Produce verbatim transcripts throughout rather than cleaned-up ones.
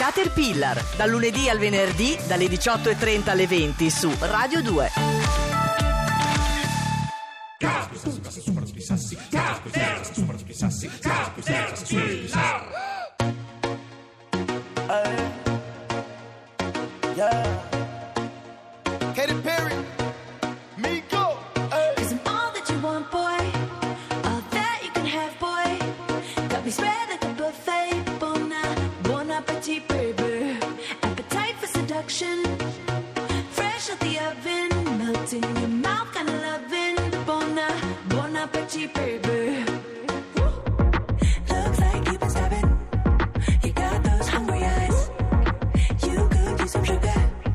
Caterpillar, dal lunedì al venerdì dalle diciotto e trenta alle venti su Radio due. Katy Perry, Miko, hey. 'Cause I'm all that you want, boy. All that you can have, boy. Got me spread like a buffet. Bon, bon appetit, baby. Appetite for seduction. Fresh out the oven, melting in your mouth, kind of loving. Bon, bon appetit, baby. Looks like you've been starving. You got those hungry eyes. You could use some sugar.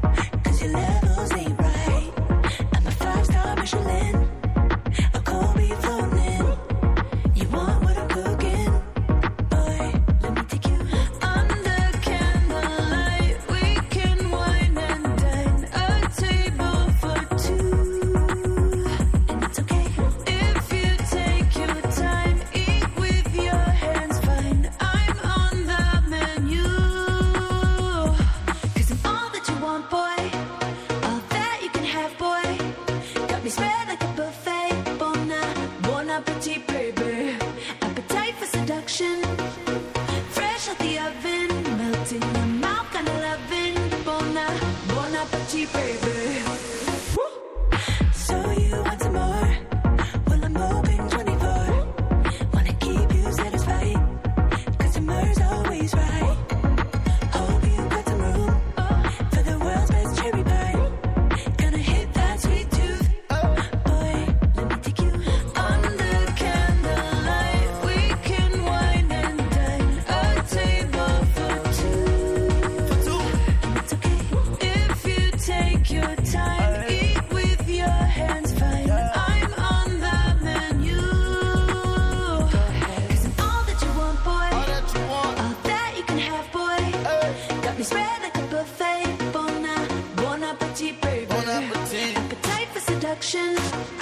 Fresh out the oven, melting in your mouth, kind of loving. Bon, bon appetit, baby. So you want some more? Well, I'm open twenty-four. Wanna keep you satisfied, 'cause summer's always right. Hope you got some room for the world's best cherry pie. Gonna hit that sweet tooth. Boy, let me take you under candlelight. We can wine and dine, a table for two. And it's okay if you take your time. Eat with your hands, fine. I'm on the menu. 'Cause I'm all that you want, boy. All that you can have, boy. Got me spread like a buffet. Bon, bon appetit, baby. Appetite for seduction.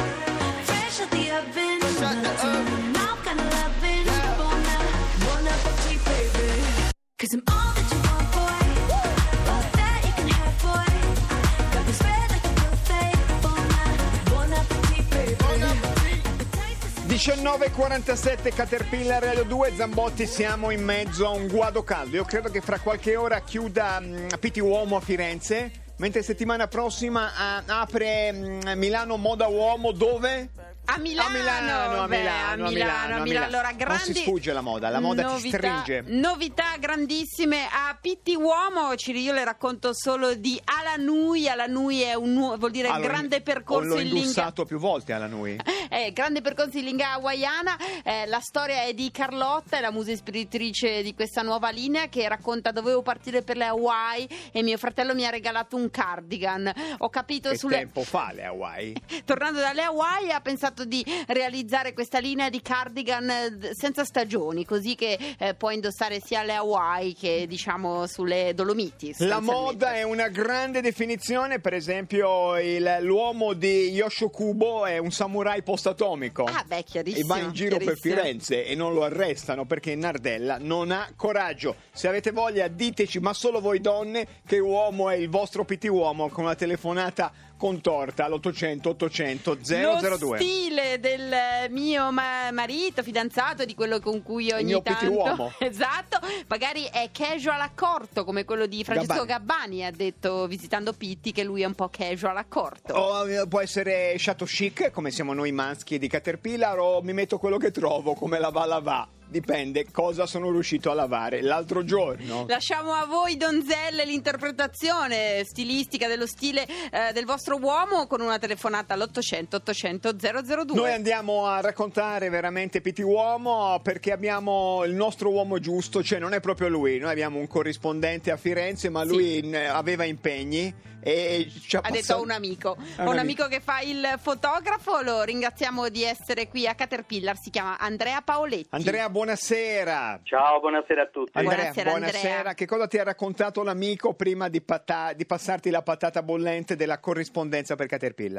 Fresh out the oven, melting in your mouth, kind of loving. Bon, bon appetit, baby. 'Cause I'm all that you want, boy. All that you can have, boy. Got me spread like a buffet. Bon, bon appetit, baby. Appetite for seduction. diciannove e quarantasette, Caterpillar Radio due, Zambotti, siamo in mezzo a un guado caldo. Io credo che fra qualche ora chiuda mh, Pitti Uomo a Firenze, mentre settimana prossima a, apre mh, Milano Moda Uomo, dove? A Milano, a Milano, a beh, Milano, a Milano, a Milano. Allora, grandi, non si sfugge la moda, la moda novità, ti stringe. Novità grandissime a Pitti Uomo, io le racconto solo di Alanui. Alanui è un nuovo, vuol dire Allora, grande percorso l'ho in lingua. indossato più volte Alanui. Eh, grande percorso in lingua hawaiana. Eh, la storia è di Carlotta, è la musa ispiratrice di questa nuova linea, che racconta: dovevo partire per le Hawaii e mio fratello mi ha regalato un cardigan. Ho capito Che sulle... tempo fa le Hawaii? Tornando dalle Hawaii ha pensato di realizzare questa linea di cardigan senza stagioni, così che eh, può indossare sia alle Hawaii che diciamo sulle Dolomiti. La moda è una grande definizione, per esempio il, l'uomo di Yoshokubo è un samurai post-atomico. Ah beh, chiarissimo. E va in giro per chiarissimo. Firenze e non lo arrestano perché in Nardella non ha coraggio. Se avete voglia diteci, ma solo voi donne, che uomo è il vostro Pitti Uomo, con una telefonata contorta all'ottocento ottocento zero zero due. Lo stile del mio ma- marito, fidanzato, di quello con cui ogni Il mio tanto Pitti Uomo. esatto, magari è casual accorto, come quello di Francesco Gabbani. Gabbani ha detto visitando Pitti che lui è un po' casual accorto. O eh, può essere chateau chic, come siamo noi maschi di Caterpillar, o mi metto quello che trovo, come la va la va. Dipende cosa sono riuscito a lavare l'altro giorno. Lasciamo a voi, donzelle, l'interpretazione stilistica dello stile eh, del vostro uomo, con una telefonata all'ottocento ottocento zero zero due. Noi andiamo a raccontare veramente Pitti Uomo, perché abbiamo il nostro uomo giusto, cioè non è proprio lui. Noi abbiamo un corrispondente a Firenze, ma lui sì. aveva impegni e ci ha, ha passato... detto a un amico, a un, un amico che fa il fotografo. Lo ringraziamo di essere qui a Caterpillar. Si chiama Andrea Paoletti. Andrea, buonasera. Ciao, buonasera a tutti. Andrea, Buonasera, buonasera. Andrea. Che cosa ti ha raccontato l'amico prima di, pata- di passarti la patata bollente della corrispondenza per Caterpillar?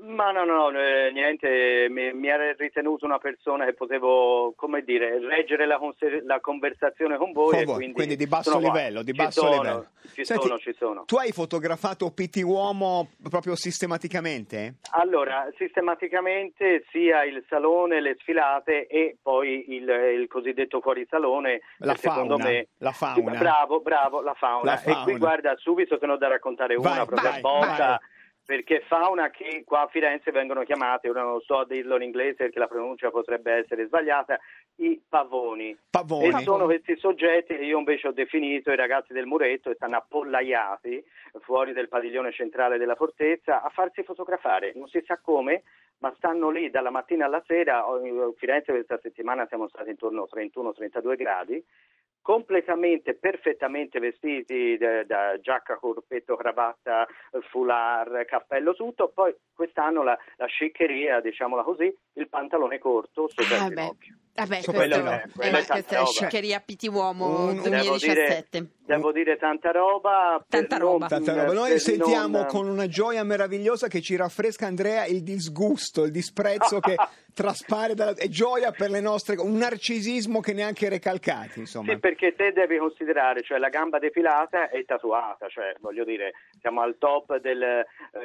Ma no, no, eh, niente, mi, mi ha ritenuto una persona che potevo, come dire, reggere la, conser- la conversazione con voi. Con e voi, quindi, quindi di basso sono livello, qua. di Ci basso sono, livello. Ci Senti, sono, ci sono. Tu hai fotografato P T Uomo proprio sistematicamente? Allora, sistematicamente sia il salone, le sfilate e poi il, il cosiddetto fuorisalone. La che secondo fauna, me, la fauna. Bravo, bravo, la fauna. La fauna. E qui guarda, subito te ne ho da raccontare una Vai, proprio vai, a volta. vai. Perché fauna che qua a Firenze vengono chiamate, ora non so a dirlo in inglese perché la pronuncia potrebbe essere sbagliata, i pavoni. Pavoni. E sono questi soggetti che io invece ho definito i ragazzi del muretto e stanno appollaiati fuori del padiglione centrale della fortezza a farsi fotografare. Non si sa come, ma stanno lì dalla mattina alla sera. A Firenze questa settimana siamo stati intorno a trentuno trentadue gradi. Completamente, perfettamente vestiti da, da giacca, corpetto, cravatta, foulard, cappello, tutto. Poi quest'anno la, la sciccheria, diciamola così, il pantalone corto sopra Ah, il beh. ginocchio. Vabbè, So, questo, quello è- eh, quello ma è tanta questa è roba. sciccheria P T Uomo Un- duemiladiciassette. Devo dire tanta roba. Tanta per roba. non- Tanta roba. Noi per sentiamo non- con una gioia meravigliosa che ci raffresca, Andrea, il disgusto, il disprezzo che traspare dalla... è gioia per le nostre, un narcisismo che neanche recalcati, insomma. Sì, perché te devi considerare, cioè la gamba depilata e tatuata, cioè voglio dire, siamo al top del, eh,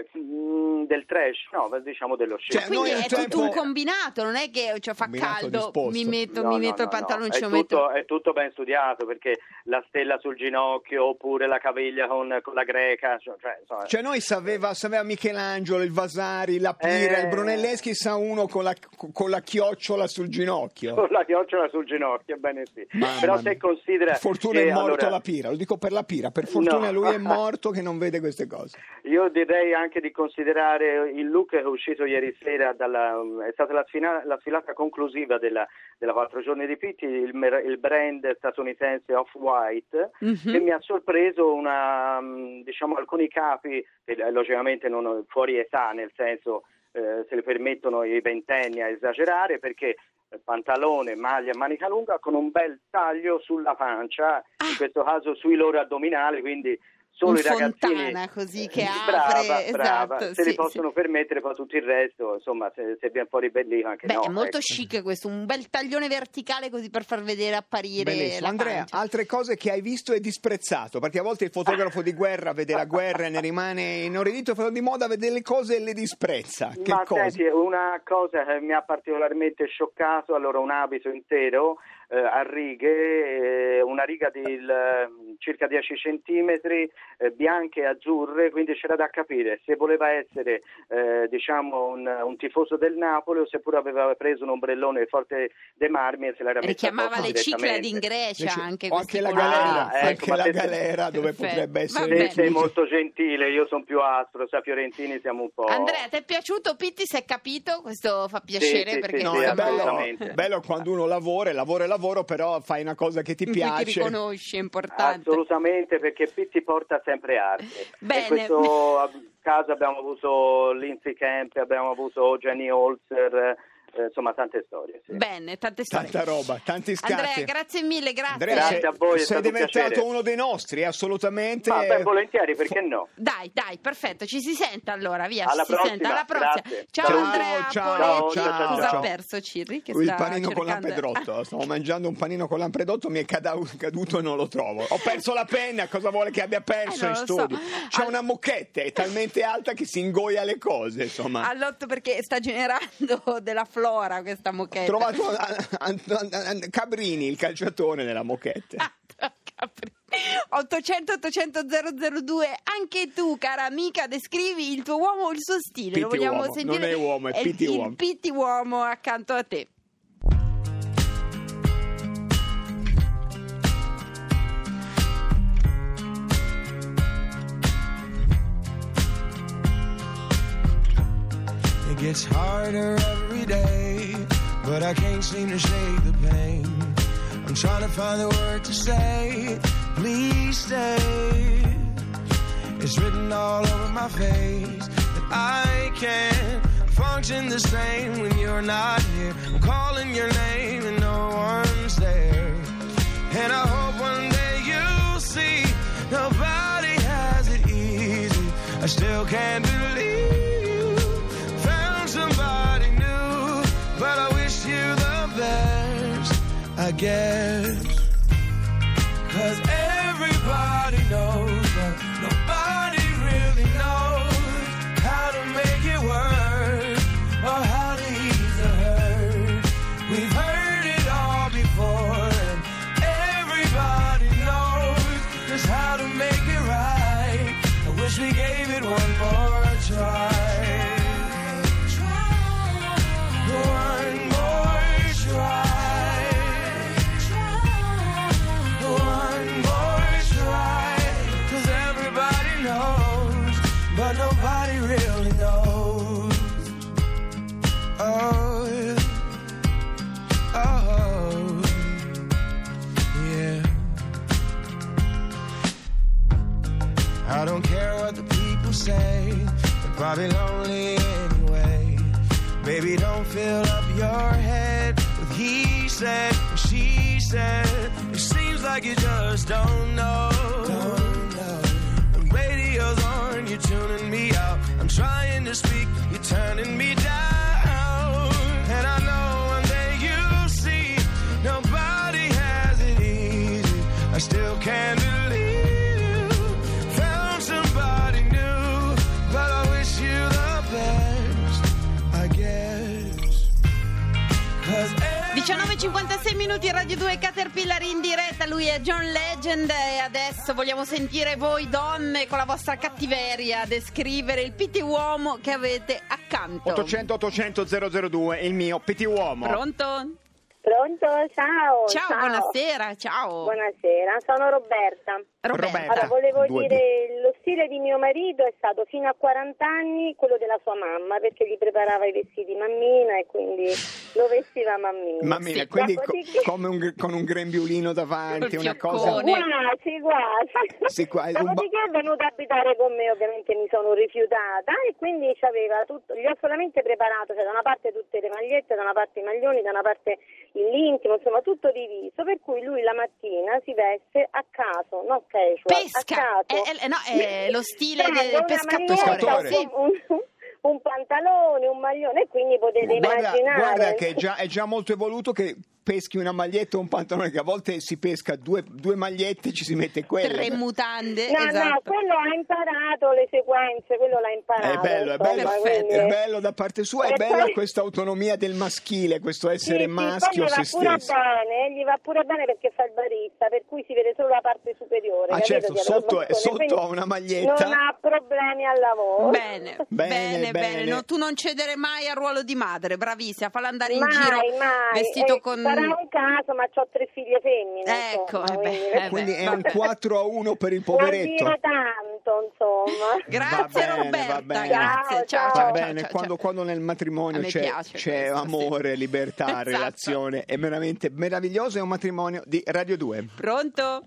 mm, del trash, no, diciamo dello scemo. Cioè, Quindi noi è un tutto tempo- un combinato, non è che cioè, fa Combinato caldo, disposto. mi metto, No, mi no, metto no, il pantalone, no. ce È lo metto. tutto, è tutto ben studiato, perché la stella sul ginocchio oppure la caviglia con, con la greca, cioè, insomma, Cioè noi sapeva, sapeva Michelangelo, il Vasari, la Pira, Eh. il Brunelleschi, sa uno con la, con la chiocciola sul ginocchio. con la chiocciola sul ginocchio, bene sì. Mamma Però mia. se considera Fortuna che, è morto allora, la Pira, lo dico per la Pira, per fortuna No. lui è morto che non vede queste cose. Io direi anche di considerare il look che è uscito ieri sera, dalla, è stata la, sfila, la sfilata conclusiva della, della quattro giorni di Pitti, il, mer- il brand statunitense Off-White, Mhm. che mi ha sorpreso una, diciamo, alcuni capi, eh, logicamente non fuori età, nel senso eh, se le permettono i ventenni a esagerare, perché eh, pantalone, maglia, manica lunga con un bel taglio sulla pancia, in questo caso sui loro addominali, quindi solo Un i ragazzini fontana, così, che brava, apre, brava, esatto, se sì, li possono sì. permettere, poi tutto il resto, insomma, se, se viene fuori bellino anche Beh, no. è molto ecco. chic questo, un bel taglione verticale così per far vedere apparire Bellissimo. la Andrea, pancia. altre cose che hai visto e disprezzato, perché a volte il fotografo di guerra vede la guerra e ne rimane inorridito, però di moda vede le cose e le disprezza. Che Ma cosa? senti, una cosa che mi ha particolarmente scioccato, allora un abito intero eh, a righe, eh, una riga di il, eh, circa dieci centimetri, eh, bianche e azzurre, quindi c'era da capire se voleva essere eh, diciamo un, un tifoso del Napoli o seppure aveva preso un ombrellone del Forte dei Marmi e se l'era messo Richiamava addosso le Cycladi in direttamente. Grecia, Invece- anche o questi anche la colori. galera, Ah, ecco, anche ma la te- galera dove Perfetto. potrebbe essere Vabbè. Te sei molto gentile, io sono più aspro, sa fiorentini siamo un po'... Andrea, ti è piaciuto Pitti? Si è capito? Questo fa piacere sì, perché sì, No, sì, è insomma, bello, assolutamente. è bello quando uno lavora, lavora e lavoro, però fai una cosa che ti in cui ti piace. riconosci, è importante. Assolutamente, perché Pitti porta sempre arte. Bene. In questo caso abbiamo avuto Lindsay Kemp, abbiamo avuto Jenny Holzer, eh, insomma tante storie. Sì. Bene, tante storie. Tanta roba, tanti scatti. Andrea, grazie mille, grazie. Andrea, Grazie sei, a voi, è sei stato un diventato piacere. uno dei nostri, assolutamente. Ma ben volentieri, perché no? Dai, dai, perfetto, ci si sente allora, via, Alla ci si sente, prossima, alla prossima. grazie. Ciao, Ciao. Andrea Ciao, Poletti. ciao, ciao, Cosa ciao. ha perso Cirri? Che Il sta panino con cercando- l'ampredotto, stavo mangiando un panino con l'ampredotto, mi è cada- caduto e non lo trovo. Ho perso la penna, cosa vuole che abbia perso Eh, in non lo so. studio? C'è Al- una moquette, è talmente alta che si ingoia le cose, insomma. All'otto perché sta generando della flora questa Ho moquette. trovato a- a- a- Cabrini, il calciatore, nella moquette. ottocento ottocento zero zero due, anche tu cara amica descrivi il tuo uomo o il suo stile, lo Pitti vogliamo uomo, sentire. non è uomo, è il- pitti uomo. il pitti uomo accanto a te. It gets harder every day, but I can't seem to shake the pain. I'm trying to find the word to say, please stay. It's written all over my face that I can't function the same when you're not here. I'm calling your name and no one's there. And I hope one day you'll see nobody has it easy. I still can't believe you guess. 'Cause everybody knows, but nobody really knows how to make it work or how to ease the hurt. We've heard it all before, and everybody knows just how to make it right. I wish we gave it one more try. One more try. One more try. 'Cause everybody knows, but nobody really knows. Oh, oh, yeah. I don't care what the people say, they're probably lonely anyway. Baby, don't fill up your head with he said, she said. It seems like you just don't know. Don't know. The radio's on, you're tuning me out. I'm trying to speak, you're turning me down. And I know one day you'll see nobody has it easy. I still can't believe found somebody new, but I wish you the best, I guess. 'Cause diciannove e cinquantasei minuti, Radio due Caterpillar in diretta, lui è John Legend e adesso vogliamo sentire voi donne con la vostra cattiveria descrivere il piti uomo che avete accanto. ottocento ottocento zero zero due, il mio piti uomo. Pronto? Pronto? Ciao. Ciao, buonasera, ciao. Buonasera, sono Roberta. Roberta. Roberta. Allora, volevo Due, dire, lo stile di mio marito è stato fino a quaranta anni quello della sua mamma, perché gli preparava i vestiti mammina e quindi lo vestiva mammina. Mammina, Sì. quindi co- Dopodiché- come un, con un grembiulino davanti, Col una cosa... fioccone. Quasi, quasi. Sì, qua- un ba- Dopodiché è venuto a abitare con me, ovviamente mi sono rifiutata e quindi c'aveva tutto, gli ho solamente preparato, cioè da una parte tutte le magliette, da una parte i maglioni, da una parte l'intimo, insomma tutto diviso, per cui lui la mattina si veste a caso, non casual, Pesca, a caso. eh, eh, no, è lo stile Prende del una pescatore. Pescatore. maglietta, un, un, un pantalone, un maglione, e quindi potete Guarda, immaginare. guarda che è già, è già molto evoluto che peschi una maglietta o un pantalone, che a volte si pesca due, due magliette e ci si mette quelle. Tre mutande, No, esatto. no, quello ha imparato le sequenze, quello l'ha imparato. È bello, è insomma, bello, quindi- è bello da parte sua, è E bella poi- questa autonomia del maschile, questo essere Sì, sì, maschio poi se gli va pure stesso. bene, gli va pure bene perché fa il barista, per cui si vede solo la parte superiore. Ah, capito? certo, Di avere sotto- il bottone, sotto quindi ha una maglietta. Non ha problemi al lavoro. Bene, Bene, bene, bene. bene. No, tu non cedere mai al ruolo di madre, bravissima, falla andare in mai, giro mai. vestito Eh, con... Sarà un caso, ma ho tre figlie femmine. Ecco, insomma, eh beh, quindi- eh beh. Quindi è un vabbè. quattro a uno per il Vuol poveretto. dire tanto, insomma. Grazie Va bene, Roberta, va bene. grazie, ciao, Ciao, Va ciao, ciao, bene, ciao, quando, ciao. quando nel matrimonio A me c'è, piace c'è questo, amore, sì. libertà, Esatto. relazione, è veramente meraviglioso, è un matrimonio di Radio due. Pronto?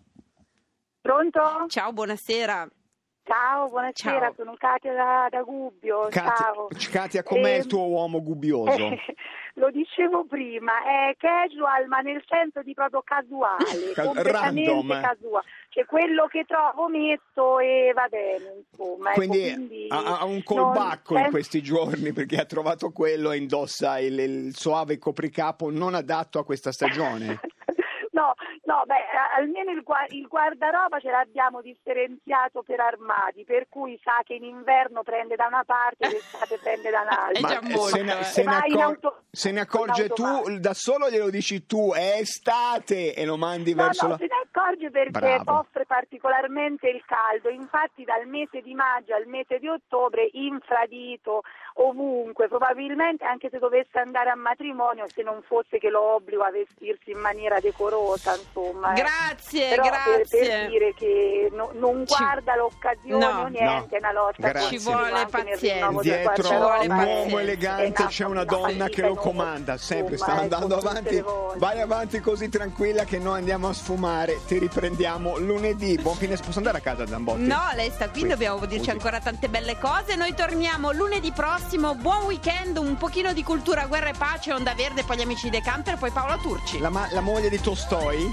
Pronto? Ciao, buonasera. Ciao, buonasera, Ciao. sono Katia da, da Gubbio. Ciao. Katia, Katia, com'è Ehm, il tuo uomo gubbioso? eh, lo dicevo prima, è casual ma nel senso di proprio casuale, Ca- completamente random. casuale. Cioè quello che trovo metto e va bene, insomma. ecco, Quindi quindi ha, ha un non- colbacco in sen- questi giorni perché ha trovato quello e indossa il, il soave copricapo non adatto a questa stagione. No, no, beh, a- almeno il, gua- il guardaroba ce l'abbiamo differenziato per armadi, per cui sa che in inverno prende da una parte e d'estate prende da È un'altra. già eh, molto, se, ne, eh. se ne Va in accor- auto- se ne in accorge tu, automatico. da solo glielo dici tu, è estate e lo mandi No, verso no, la... se ne accorge perché Bravo. soffre particolarmente il caldo, infatti dal mese di maggio al mese di ottobre infradito ovunque, probabilmente anche se dovesse andare a matrimonio, se non fosse che lo obbligo a vestirsi in maniera decorosa, insomma. eh. Grazie, Però grazie. Per, per dire che no- non Ci- guarda l'occasione No, o niente, no. è una lotta Grazie. continua Ci vuole anche nel pazienza. rinnovo del Dietro Ci vuole un guardaroba, uomo pazienza. è elegante una- c'è una una donna fatica che lo enorme, comanda, sempre sta insomma, andando ecco, tutte avanti. le volte. Vai avanti così tranquilla che noi andiamo a sfumare, ti riprendiamo lunedì. Buon fine, posso andare a casa Zambotti? No, lei sta qui, Qui, dobbiamo dirci scusi. ancora tante belle cose. Noi torniamo lunedì prossimo. Buon weekend, un pochino di cultura, guerra e pace, Onda Verde, poi gli amici dei Camper, poi Paola Turci. La, ma- la moglie di Tolstoi?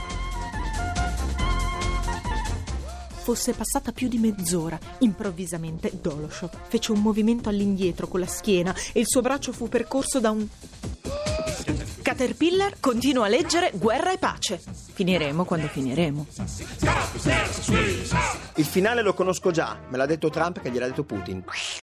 Fosse passata più di mezz'ora, improvvisamente Doloshov fece un movimento all'indietro con la schiena e il suo braccio fu percorso da un Caterpillar continua a leggere Guerra e pace. Finiremo quando finiremo. Il finale lo conosco già, me l'ha detto Trump che gliel'ha detto Putin.